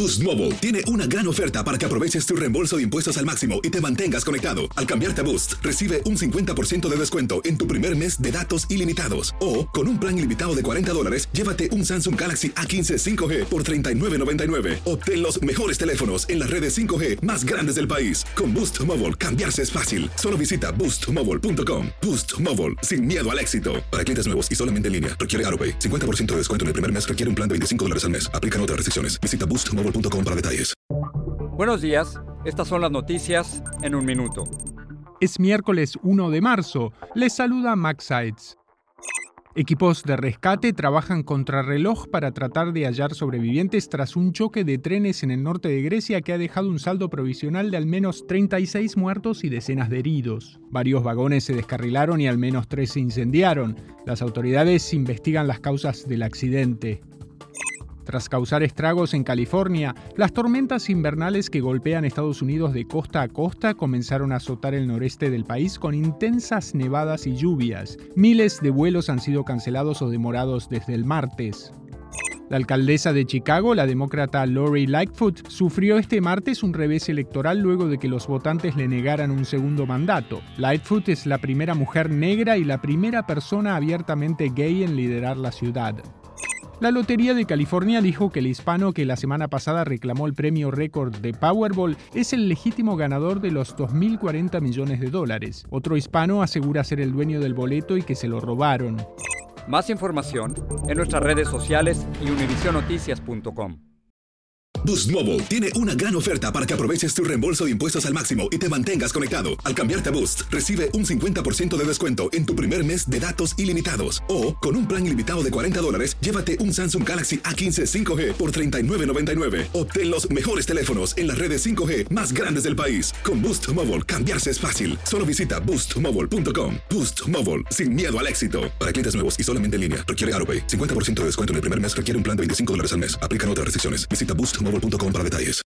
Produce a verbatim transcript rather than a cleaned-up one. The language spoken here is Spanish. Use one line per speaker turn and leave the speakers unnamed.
Boost Mobile tiene una gran oferta para que aproveches tu reembolso de impuestos al máximo y te mantengas conectado. Al cambiarte a Boost, recibe un cincuenta por ciento de descuento en tu primer mes de datos ilimitados. O, con un plan ilimitado de cuarenta dólares, llévate un Samsung Galaxy A quince cinco G por treinta y nueve noventa y nueve. Obtén los mejores teléfonos en las redes cinco G más grandes del país. Con Boost Mobile, cambiarse es fácil. Solo visita boost mobile punto com. Boost Mobile, sin miedo al éxito. Para clientes nuevos y solamente en línea, requiere AutoPay. cincuenta por ciento de descuento en el primer mes requiere un plan de veinticinco dólares al mes. Aplican otras restricciones. Visita boost mobile punto com para detalles.
Buenos días, estas son las noticias en un minuto.
Es miércoles uno de marzo. Les saluda Max Sides. Equipos de rescate trabajan contrarreloj para tratar de hallar sobrevivientes tras un choque de trenes en el norte de Grecia que ha dejado un saldo provisional de al menos treinta y seis muertos y decenas de heridos. Varios vagones se descarrilaron y al menos tres se incendiaron. Las autoridades investigan las causas del accidente. Tras causar estragos en California, las tormentas invernales que golpean Estados Unidos de costa a costa comenzaron a azotar el noreste del país con intensas nevadas y lluvias. Miles de vuelos han sido cancelados o demorados desde el martes. La alcaldesa de Chicago, la demócrata Lori Lightfoot, sufrió este martes un revés electoral luego de que los votantes le negaran un segundo mandato. Lightfoot es la primera mujer negra y la primera persona abiertamente gay en liderar la ciudad. La Lotería de California dijo que el hispano que la semana pasada reclamó el premio récord de Powerball es el legítimo ganador de los dos mil cuarenta millones de dólares. Otro hispano asegura ser el dueño del boleto y que se lo robaron.
Más información en nuestras redes sociales y univision noticias punto com.
Boost Mobile tiene una gran oferta para que aproveches tu reembolso de impuestos al máximo y te mantengas conectado. Al cambiarte a Boost, recibe un cincuenta por ciento de descuento en tu primer mes de datos ilimitados. O, con un plan ilimitado de cuarenta dólares, llévate un Samsung Galaxy A quince cinco G por treinta y nueve noventa y nueve. Obtén los mejores teléfonos en las redes cinco G más grandes del país. Con Boost Mobile, cambiarse es fácil. Solo visita boost mobile punto com. Boost Mobile, sin miedo al éxito. Para clientes nuevos y solamente en línea, requiere AutoPay. cincuenta por ciento de descuento en el primer mes requiere un plan de veinticinco dólares al mes. Aplican otras restricciones. Visita boost mobile punto com para detalles.